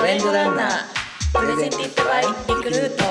トレンドランナープレゼンティッドバイリクルート。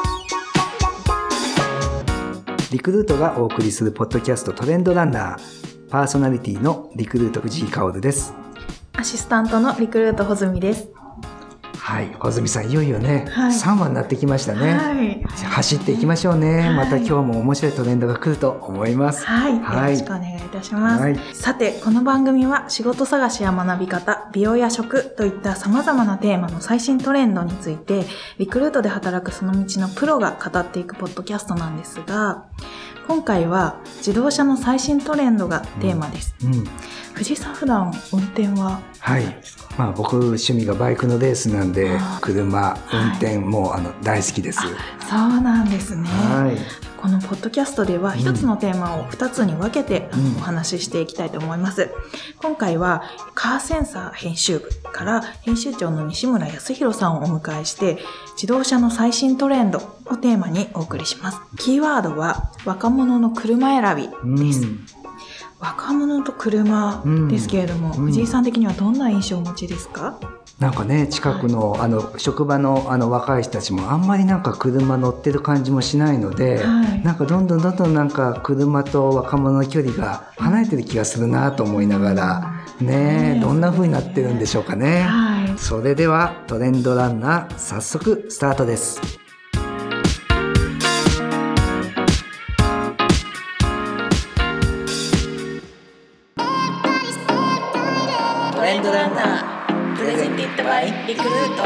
リクルートがお送りするポッドキャストトレンドランナー、パーソナリティのリクルート藤井香です。 アシスタントのリクルート穂積です。 はい、穂積さんいよいよね、 はい、 3話になってきましたね、 はい、 走っていきましょうね、 はい、 また今日も面白いトレンドが来ると思います。 はい、 はい、 よろしくお願いいたします、 はい、 さてこの番組は仕事探しや学び方、美容や食といった様々なテーマの最新トレンドについてリクルートで働くその道のプロが語っていくポッドキャストなんですが、今回は自動車の最新トレンドがテーマです、藤井さん普段運転ははい、僕趣味がバイクのレースなんで車運転も大好きです。 そうなんですね、 はい、 このポッドキャストでは一つのテーマを2つに分けてお話ししていきたいと思います、今回はカーセンサー編集部から編集長の西村康弘さんをお迎えして自動車の最新トレンドをテーマにお送りします。キーワードは若者の車選びです、若者と車ですけれども、藤井さん的にはどんな印象をお持ちですか？ なんかね、近くの、はい、職場の若い人たちもあんまりなんか車乗ってる感じもしないので、はい、なんかどんどんなんか車と若者の距離が離れてる気がするなと思いながら、ね、どんな風になってるんでしょうかね、はい、それではトレンドランナー早速スタートです。 トレンドランナープレゼンティッドバイリクルート。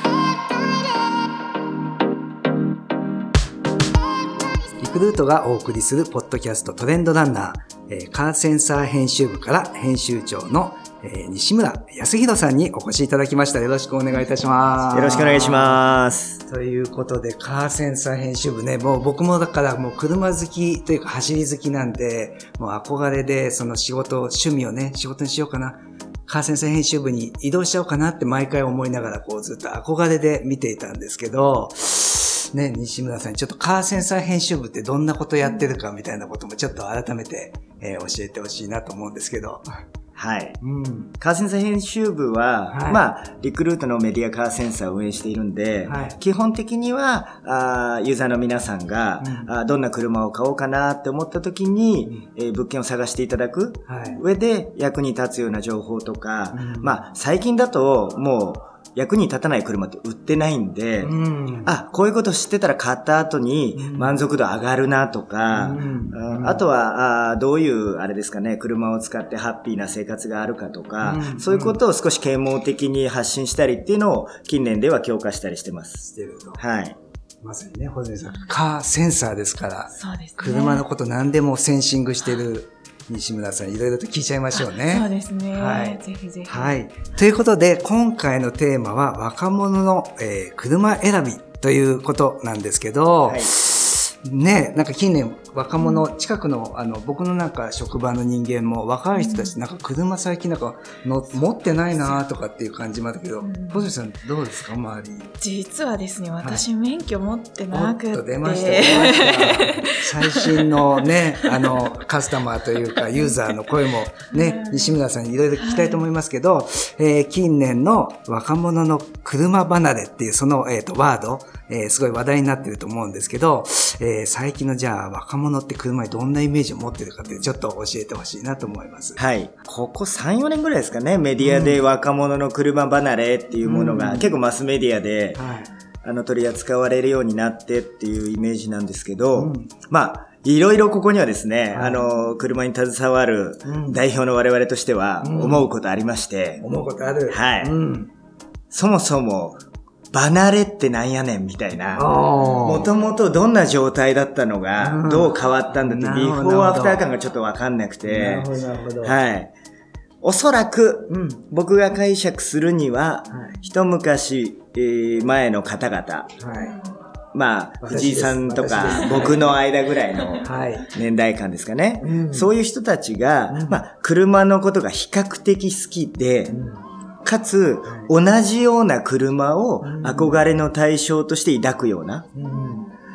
リクルートがお送りするポッドキャストトレンドランナー、カーセンサー編集部から編集長の西村康弘さんにお越しいただきました。よろしくお願いいたします。 よろしくお願いします。 ということでカーセンサー編集部ね、もう僕もだからもう車好きというか走り好きなんで、もう憧れでその趣味をね、仕事にしようかな、カーセンサー編集部に移動しちゃおうかなって毎回思いながらこうずっと憧れで見ていたんですけど、ね、西村さんにちょっとカーセンサー編集部ってどんなことやってるかみたいなこともちょっと改めて、教えてほしいなと思うんですけど。 はい。カーセンサー編集部は、はい、リクルートのメディアカーセンサーを運営しているんで、はい、基本的には、ユーザーの皆さんが、どんな車を買おうかなって思った時に、物件を探していただく、上で役に立つような情報とか、最近だともう、役に立たない車って売ってないんで、こういうこと知ってたら買った後に満足度上がるなとか、あとはどういうあれですかね、車を使ってハッピーな生活があるかとか、そういうことを少し啓蒙的に発信したりっていうのを近年では強化したりしてます。 してると。 はい。 まさにね、穂積さん、カーセンサーですから、 そうですね、 車のこと何でもセンシングしてる西村さん、いろいろと聞いちゃいましょうね。 そうですね。はい。ぜひぜひ。 はい。ということで、今回のテーマは若者の、車選びということなんですけど、はい、ね、なんか近年若者、近くの僕のなんか職場の人間も若い人たちなんか車最近なんか持ってないなとかっていう感じもあったけど、穂積さんどうですか、周り。 実はですね、私免許持ってなくて。 出ました。最新のね、カスタマーというかユーザーの声もね、西村さんにいろいろ聞きたいと思いますけど、近年の若者の車離れっていうその、ワード、すごい話題になってると思うんですけど、最近のじゃあ若者って車にどんなイメージを持ってるかってちょっと教えてほしいなと思います。 はい。ここ3、4年ぐらいですかね、メディアで若者の車離れっていうものが、結構マスメディアで、取り扱われるようになってっていうイメージなんですけど、いろいろここにはですね、車に携わる代表の我々としては思うことありまして。 思うことある。 はい。そもそも、離れってなんやねんみたいな。もともとどんな状態だったのが、どう変わったんだって、ビフォーアフター感がちょっとわかんなくて。 なるほど。 はい。おそらく、僕が解釈するには、一昔前の方々。藤井さんとか僕の間ぐらいの年代間ですかね。そういう人たちが、車のことが比較的好きで、かつ、同じような車を憧れの対象として抱くような。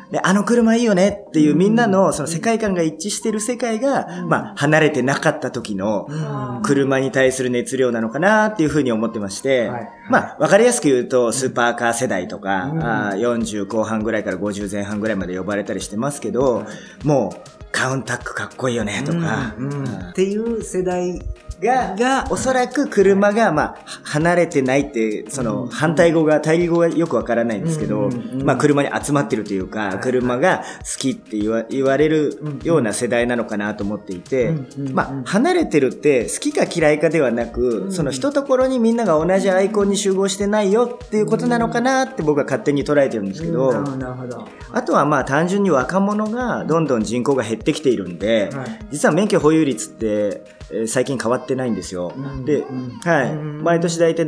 で、あの車いいよねっていうみんなのその世界観が一致してる世界が、まあ、離れてなかった時の車に対する熱量なのかなっていうふうに思ってまして、まあ、わかりやすく言うと、スーパーカー世代とか、40後半ぐらいから50前半ぐらいまで呼ばれたりしてますけど、もう、カウンタックかっこいいよねとか、 っていう世代が、おそらく車が、まあ、離れてないって、その、反対語が、対義語がよくわからないんですけど、まあ、車に集まってるというか、車が好きって言われるような世代なのかなと思っていて、まあ、離れてるって好きか嫌いかではなく、その一ところにみんなが同じアイコンに集合してないよっていうことなのかなって僕は勝手に捉えてるんですけど、あとはまあ、単純に若者がどんどん人口が減ってきているんで、実は免許保有率って、最近変わってないんですよ。で、はい。毎年だいたい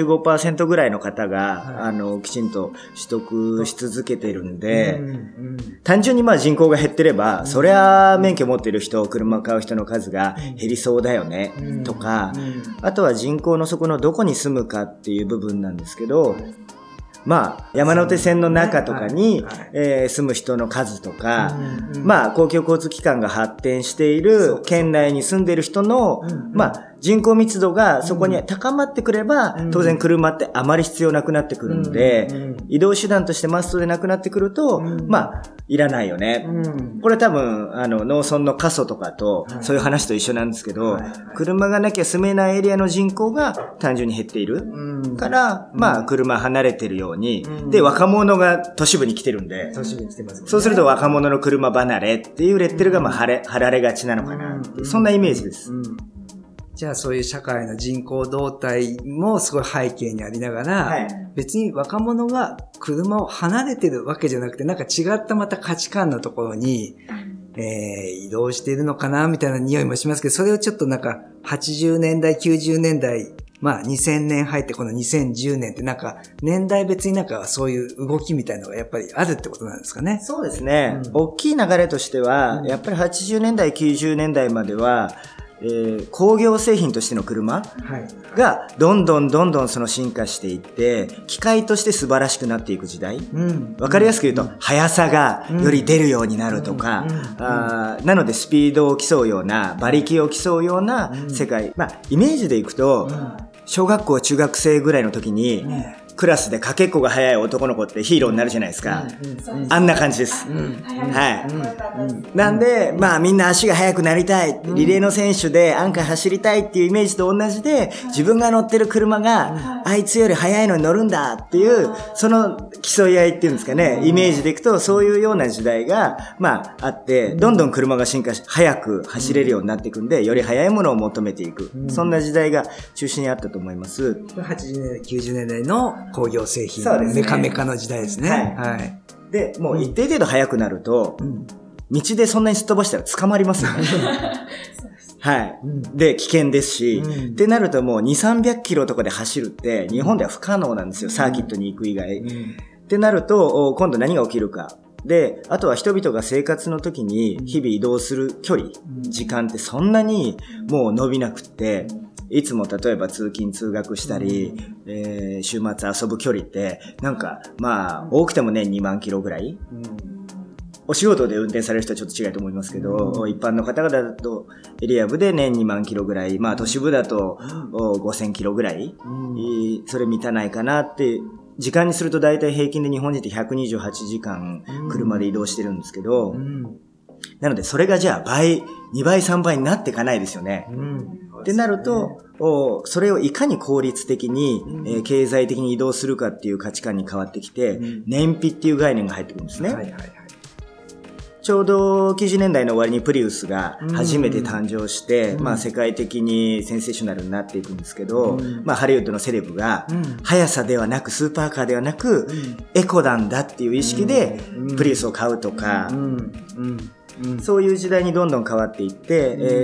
75% ぐらいの方が、きちんと取得し続けてるんで、単純にまあ人口が減ってれば、そりゃ免許持ってる人、車買う人の数が減りそうだよね、とか、あとは人口の底のどこに住むかっていう部分なんですけど、まあ、山手線の中とかに、住む人の数とか、まあ、公共交通機関が発展している県内に住んでいる人の、まあ、人口密度がそこに高まってくれば、当然車ってあまり必要なくなってくるんで、移動手段としてマストでなくなってくると、まあ、いらないよね。これ多分、農村の過疎とかと、そういう話と一緒なんですけど、車がなきゃ住めないエリアの人口が単純に減っている。から、まあ、車離れてるように、で、若者が都市部に来てるんで、そうすると若者の車離れっていうレッテルがまあ貼られがちなのかな。そんなイメージです。 じゃあそういう社会の人口動態もすごい背景にありながら、別に若者が車を離れてるわけじゃなくて、なんか違ったまた価値観のところに、移動しているのかなみたいな匂いもしますけど、それをちょっとなんか80年代、90年代、まあ2000年入ってこの2010年ってなんか年代別になんかそういう動きみたいなのがやっぱりあるってことなんですかね。 そうですね。大きい流れとしては、やっぱり80年代、90年代までは、工業製品としての車がどんどんその進化していって機械として素晴らしくなっていく時代、わかりやすく言うと速さがより出るようになるとか、なのでスピードを競うような馬力を競うような世界、まあイメージでいくと小学校中学生ぐらいの時にクラスでかけっこが速い男の子ってヒーローになるじゃないですか。あんな感じです。はい。なんで、まあみんな足が速くなりたい。リレーの選手でアンカー走りたいっていうイメージと同じで、自分が乗ってる車があいつより速いのに乗るんだっていう、その競い合いっていうんですかね、イメージでいくとそういうような時代が、まああって、どんどん車が進化し、速く走れるようになっていくんで、より速いものを求めていく。そんな時代が中心にあったと思います。 80年代、90年代の工業製品、メカメカの時代ですね。はい。 で、もう一定程度速くなると、道でそんなにすっ飛ばしたら捕まりますよね。はい。で、危険ですし、ってなるともう2、300キロとかで走るって日本では不可能なんですよ。サーキットに行く以外。ってなると、今度何が起きるか。で、あとは人々が生活の時に日々移動する距離、時間ってそんなにもう伸びなくって、いつも例えば通勤通学したり、週末遊ぶ距離って、なんか、まあ、多くても年2万キロぐらい。お仕事で運転される人はちょっと違うと思いますけど、一般の方々だとエリア部で年2万キロぐらい、まあ都市部だと5000キロぐらい、それ満たないかなって、時間にすると大体平均で日本人って128時間車で移動してるんですけど、なのでそれがじゃあ倍、2倍3倍になっていかないですよね。ってなると、それをいかに効率的に、経済的に移動するかっていう価値観に変わってきて、燃費っていう概念が入ってくるんですね。ちょうど90年代の終わりにプリウスが初めて誕生して、まあ世界的にセンセーショナルになっていくんですけど、まあハリウッドのセレブが、速さではなくスーパーカーではなく、エコなんだっていう意識でプリウスを買うとか、そういう時代にどんどん変わっていって、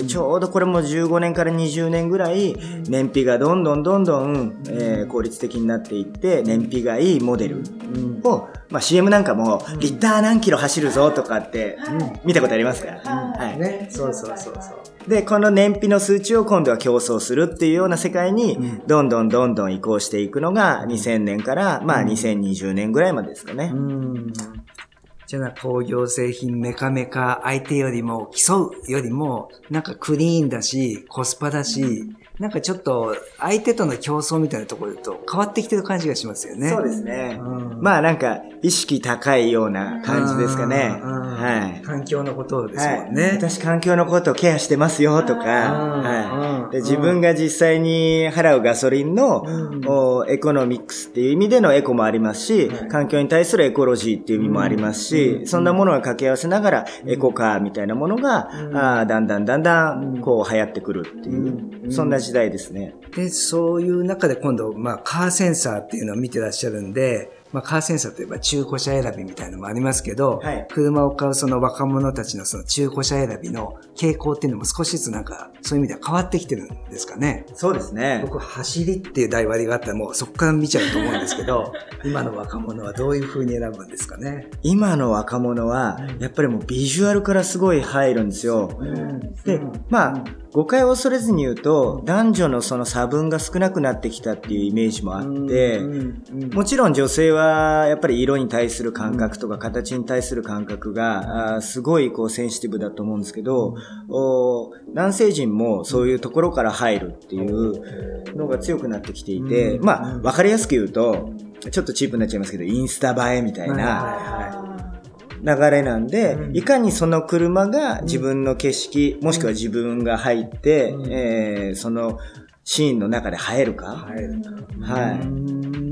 ちょうどこれも15年から20年ぐらい燃費がどんどん、効率的になっていって、燃費がいいモデルを、まあ CM なんかもリッター何キロ走るぞとかって見たことありますか？ はい。ね。そう。 で、この燃費の数値を今度は競争するっていうような世界にどんどん移行していくのが2000年からまあ2020年ぐらいまでですかね。 じゃあ工業製品メカメカ相手よりも競うよりもなんかクリーンだしコスパだし、なんかちょっと相手との競争みたいなところと変わってきてる感じがしますよね。 そうですね。まあなんか意識高いような感じですかね。 はい。環境のことですもんね。はい、 私環境のことをケアしてますよとか、はい。で自分が実際に払うガソリンの、エコノミックスっていう意味でのエコもありますし、環境に対するエコロジーっていう意味もありますし、そんなものが掛け合わせながらエコカーみたいなものが、だんだんこう流行ってくるっていう、そんな時代ですね。 で、そういう中で今度、カーセンサーっていうのを見てらっしゃるんで、カーセンサーといえば中古車選びみたいなのもありますけど、はい、車を買うその若者たちのその中古車選びの傾向っていうのも少しずつなんかそういう意味では変わってきてるんですかね。 そうですね。 僕走りっていう題割りがあったらもうそこから見ちゃうと思うんですけど、今の若者はどういう風に選ぶんですかね。 今の若者はやっぱりもうビジュアルからすごい入るんですよ。で、誤解を恐れずに言うと、男女のその差分が少なくなってきたっていうイメージもあって、もちろん女性はやっぱり色に対する感覚とか形に対する感覚がすごいこうセンシティブだと思うんですけど、男性陣もそういうところから入るっていうのが強くなってきていて、わかりやすく言うと、ちょっとチープになっちゃいますけど、インスタ映えみたいな、流れなんで、いかにその車が自分の景色、もしくは自分が入って、そのシーンの中で映えるか。はい。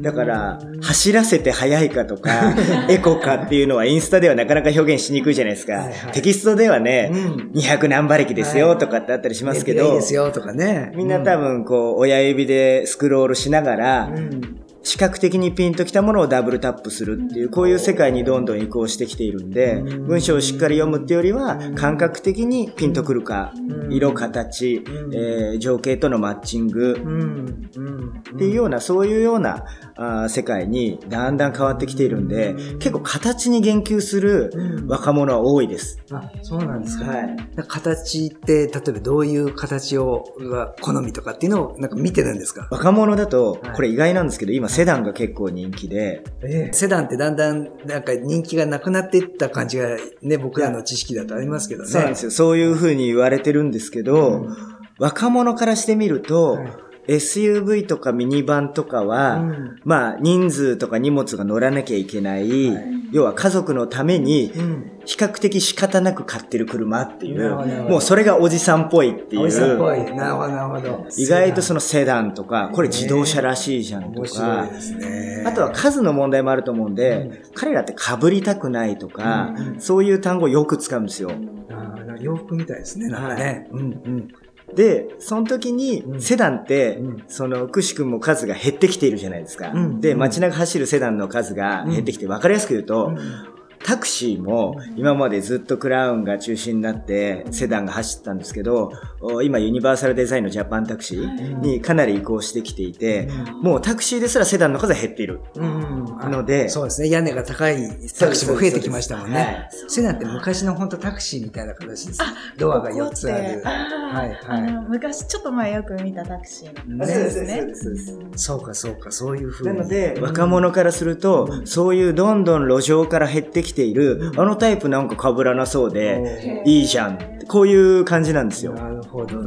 だから、走らせて速いかとか、エコかっていうのはインスタではなかなか表現しにくいじゃないですか。テキストではね、200何馬力ですよとかってあったりしますけど、 いいですよとかね。 みんな多分こう、親指でスクロールしながら、視覚的にピンときたものをダブルタップするっていう、こういう世界にどんどん移行してきているんで、文章をしっかり読むっていうよりは、感覚的にピンとくるか、色、形、情景とのマッチング、っていうような、そういうような世界にだんだん変わってきているんで、結構形に言及する若者は多いです。 そうなんですか。 はい。 形って、例えばどういう形を好みとかっていうのをなんか見てるんですか？ 若者だと、これ意外なんですけど、今セダンが結構人気で、 セダンってだんだんなんか人気がなくなっていった感じがね、僕らの知識だとありますけどね。 そうなんですよ。そういう風に言われてるんですけど、若者からしてみると、SUV とかミニバンとかは、人数とか荷物が乗らなきゃいけない、要は家族のために、比較的仕方なく買ってる車っていう、もうそれがおじさんっぽいっていう。 おじさんっぽい。なるほど。 意外とそのセダンとか、これ自動車らしいじゃんとか、あとは数の問題もあると思うんで、彼らって被りたくないとか、そういう単語をよく使うんですよ。 洋服みたいですね、なんかね。 で、その時に、セダンって、くしくも数が減ってきているじゃないですか。で、街中走るセダンの数が減ってきて、わかりやすく言うと、タクシーも今までずっとクラウンが中心になってセダンが走ってたんですけど、今ユニバーサルデザインのジャパンタクシーにかなり移行してきていて、もうタクシーですらセダンの数が減っているので、 そうですね、屋根が高いタクシーも増えてきましたもんね。セダンって昔の本当タクシーみたいな形です。ドアが4つある。 昔ちょっと前よく見たタクシーなんですね。 そうか、そういう風に。 なので、若者からすると、そういうどんどん路上から減ってきている、あのタイプなんか被らなそうで、いいじゃん。こういう感じなんですよ。 なるほど。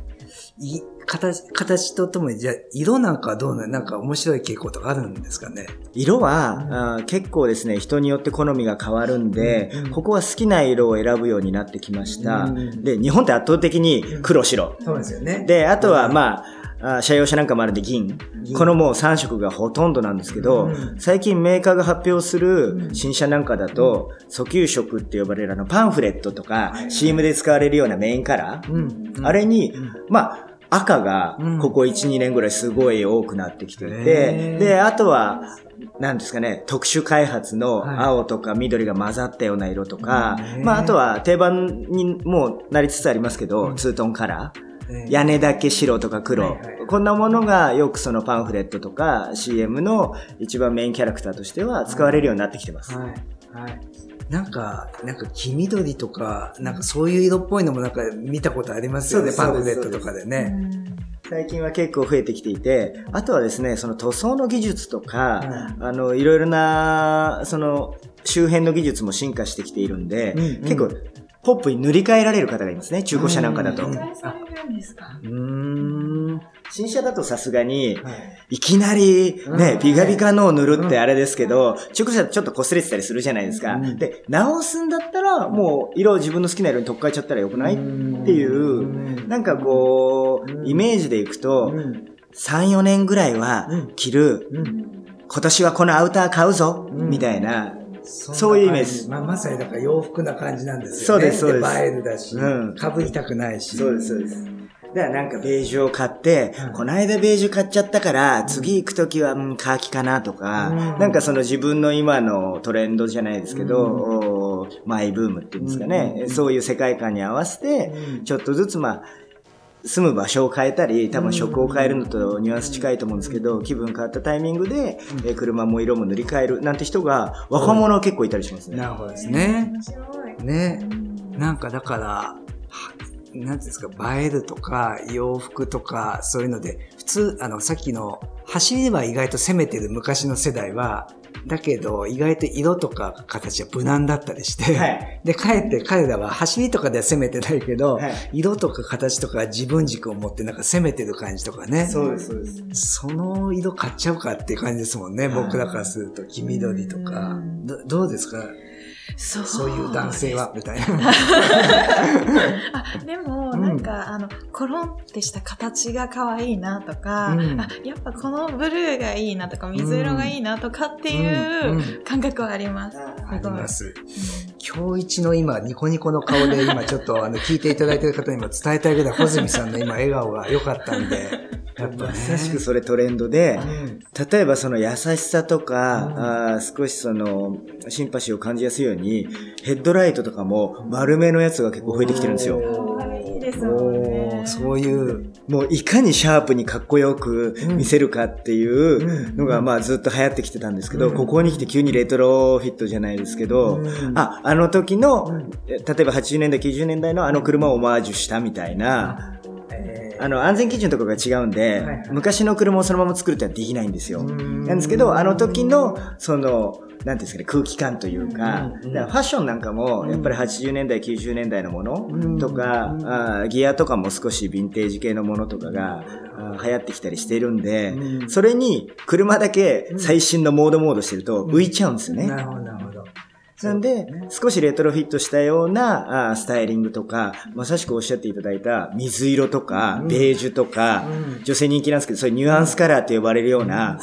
形とともに、じゃあ、色なんかはどうなんか面白い傾向とかあるんですかね？ 色は、結構ですね、人によって好みが変わるんで、ここは好きな色を選ぶようになってきました。で、日本って圧倒的に黒白。 そうですよね。 で、あとは車用車なんかもあるんで銀。このもう3色がほとんどなんですけど、最近メーカーが発表する新車なんかだと、訴求色って呼ばれるパンフレットとか、CM で使われるようなメインカラー。あれに、赤がここ 1,2 年ぐらいすごい多くなってきていて、で、あとは、なんですかね、特殊開発の青とか緑が混ざったような色とか、あとは定番にもうなりつつありますけど、ツートンカラー。屋根だけ白とか黒。こんなものがよくそのパンフレットとか CM の一番メインキャラクターとしては使われるようになってきてます。 なんか黄緑とか、なんかそういう色っぽいのもなんか見たことありますよね、パンフレットとかでね。 最近は結構増えてきていて、あとはですね、その塗装の技術とか、いろいろな、 周辺の技術も進化してきているんで、結構ポップに塗り替えられる方がいますね、中古車なんかだと。新車だとさすがに、いきなりね、ビカビカのを塗るってあれですけど、中古車ちょっと擦れてたりするじゃないですか。で、直すんだったら、もう色を自分の好きな色に取っ替えちゃったらよくないっていう、なんかこう、イメージでいくと、3、4年ぐらいは着る、今年はこのアウター買うぞ、みたいな、そういうイメージ。 まさにだから洋服な感じなんですよね。 そうです。で、映えるだし、被りたくないし。 そうです。だからなんかベージュを買って、この間ベージュ買っちゃったから、次行くときは、カーキかなとか、なんかその自分の今のトレンドじゃないですけど、マイブームっていうんですかね、そういう世界観に合わせて、ちょっとずつ住む場所を変えたり、多分職を変えるのとニュアンス近いと思うんですけど、気分変わったタイミングで、車も色も塗り替えるなんて人が、若者は結構いたりしますね。 なるほどですね。ね。なんかだから、なんていうんですか、映えるとか、洋服とか、そういうので、普通、さっきの、走りは意外と攻めてる昔の世代は、だけど、意外と色とか形は無難だったりして、で、かえって彼らは走りとかでは攻めてないけど、色とか形とか自分軸を持ってなんか攻めてる感じとかね。 そうです。 その色買っちゃうかっていう感じですもんね、僕らからすると。黄緑とか。どうですか？そういう男性はみたいな。 でも、なんか、コロンってした形が可愛いなとか、やっぱこのブルーがいいなとか、水色がいいなとかっていう感覚はあります。 あります。今日一の今、ニコニコの顔で今ちょっと聞いていただいている方にも伝えたいぐらい、穂積さんの今笑顔が良かったんで、 やっぱまさしくそれトレンドで、例えばその優しさとか、少しそのシンパシーを感じやすいように、ヘッドライトとかも丸めのやつが結構増えてきてるんですよ。 いいですもんね。 そういう、 もういかにシャープにかっこよく見せるかっていうのがずっと流行ってきてたんですけど、ここに来て急にレトロフィットじゃないですけど、あの時の、例えば80年代、90年代のあの車をオマージュしたみたいな、安全基準とかが違うんで、昔の車をそのまま作るってのはできないんですよ。なんですけど、あの時の、なんていうんですかね、空気感というか、ファッションなんかも、やっぱり80年代、90年代のものとか、ギアとかも少しヴィンテージ系のものとかが流行ってきたりしてるんで、それに車だけ最新のモードしてると浮いちゃうんですよね。 なるほど、なるほど。 なんで、少しレトロフィットしたようなスタイリングとか、まさしくおっしゃっていただいた水色とか、ベージュとか、女性人気なんですけど、そういうニュアンスカラーって呼ばれるような、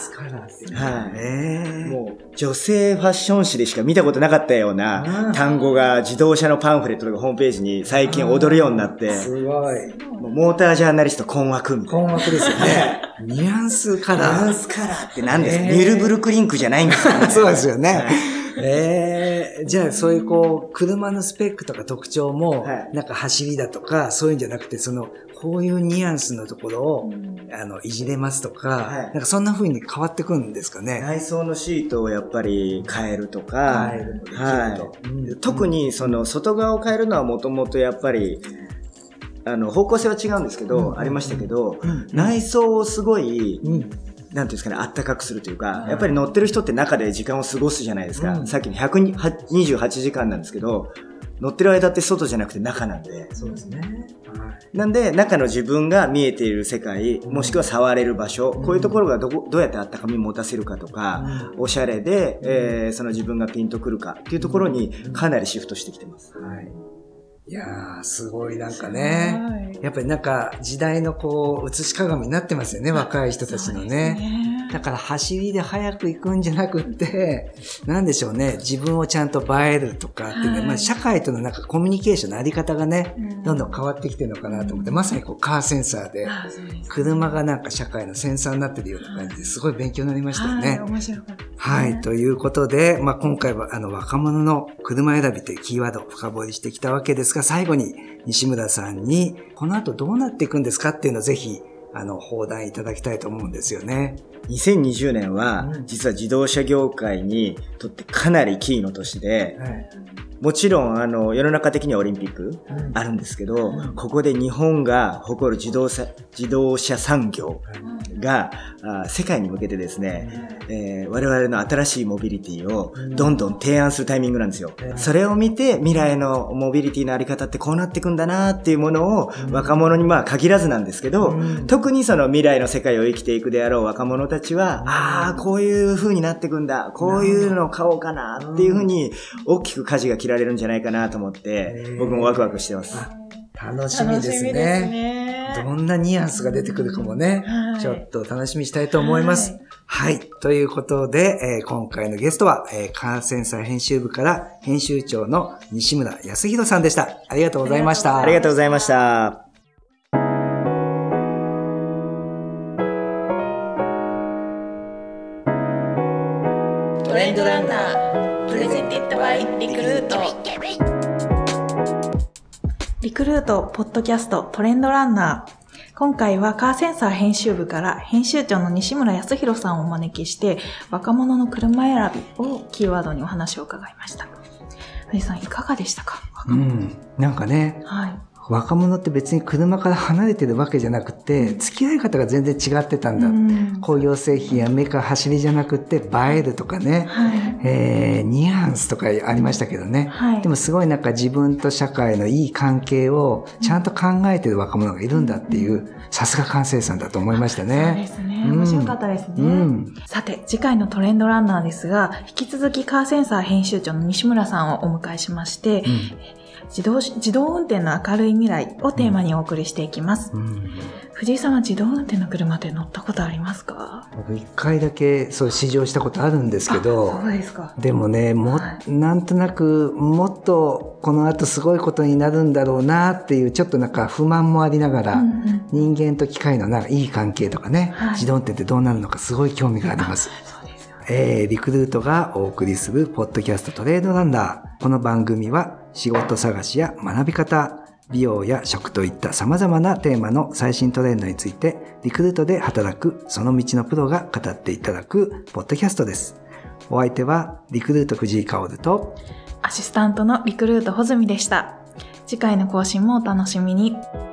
もう女性ファッション誌でしか見たことなかったような単語が自動車のパンフレットとかホームページに最近踊るようになって、 すごい。 モータージャーナリスト困惑みたいな。 困惑ですよね。ニュアンスカラー。 ニュアンスカラーって何ですか？ニュルブルクリンクじゃないんですか？ そうですよね。じゃあそういう車のスペックとか特徴も、なんか走りだとか、そういうんじゃなくて、こういうニュアンスのところを、いじれますとか、なんかそんな風に変わってくるんですかね。 内装のシートをやっぱり変えるとか、特に外側を変えるのはもともとやっぱり、方向性は違うんですけど、ありましたけど、内装をすごい、なんていうんですかね、あったかくするというか、やっぱり乗ってる人って中で時間を過ごすじゃないですか。さっきの128時間なんですけど、乗ってる間って外じゃなくて中なんで。 そうですね。 なんで、中の自分が見えている世界、もしくは触れる場所、こういうところがどうやってあったかみ持たせるかとか、おしゃれで、その自分がピンとくるかっていうところにかなりシフトしてきてます。 いやー、すごいなんかね。やっぱりなんか時代の映し鏡になってますよね、若い人たちのね。だから走りで早く行くんじゃなくって、なんでしょうね、自分をちゃんと映えるとかってね、社会とのなんかコミュニケーションのあり方がね、どんどん変わってきてるのかなと思って、まさにカーセンサーで、車がなんか社会のセンサーになってるような感じですごい勉強になりましたよね。 面白かった。 はい、ということで、今回は若者の車選びというキーワードを深掘りしてきたわけですが、最後に西村さんに、この後どうなっていくんですかっていうのをぜひ、放談いただきたいと思うんですよね。 2020年は、実は自動車業界にとってかなりキーの年で、 もちろん世の中的にはオリンピックあるんですけど、ここで日本が誇る自動車産業が世界に向けてですね、我々の新しいモビリティをどんどん提案するタイミングなんですよ。それを見て未来のモビリティのあり方ってこうなっていくんだなっていうものを若者に限らずなんですけど、特にその未来の世界を生きていくであろう若者たちは、こういう風になっていくんだ、こういうのを買おうかなっていう風に大きく舵が切られるんじゃないかなと思って、僕もワクワクしてます。 楽しみですね。どんなニュアンスが出てくるかもね、ちょっと楽しみにしたいと思います。はい。ということで、今回のゲストは、カーセンサー編集部から編集長の西村康弘さんでした。ありがとうございました。 ありがとうございました。 トレンドランナープレゼンティッドバイリクルート。 リクルートポッドキャストトレンドランナー。今回はカーセンサー編集部から編集長の西村康弘さんをお招きして、若者の車選びをキーワードにお話を伺いました。藤井さんいかがでしたか？ なんかね、若者って別に車から離れてるわけじゃなくて、付き合い方が全然違ってたんだ。工業製品やメーカー走りじゃなくて、映えるとかね、ニュアンスとかありましたけどね。でもすごいなんか自分と社会のいい関係をちゃんと考えてる若者がいるんだっていう、さすが関西さんだと思いましたね。 そうですね。面白かったですね。さて、次回のトレンドランナーですが、引き続きカーセンサー編集長の西村さんをお迎えしまして、自動運転の明るい未来をテーマにお送りしていきます。藤井さんは自動運転の車って乗ったことありますか？ 僕一回だけそう試乗したことあるんですけど、 そうですか。 でもね、なんとなくもっとこの後すごいことになるんだろうなっていうちょっとなんか不満もありながら、人間と機械のなんかいい関係とかね、自動運転ってどうなるのかすごい興味があります。リクルートがお送りするポッドキャストトレードランナー。この番組は仕事探しや学び方、美容や食といった様々なテーマの最新トレンドについてリクルートで働くその道のプロが語っていただくポッドキャストです。お相手はリクルート藤井香とアシスタントのリクルート穂積でした。次回の更新もお楽しみに。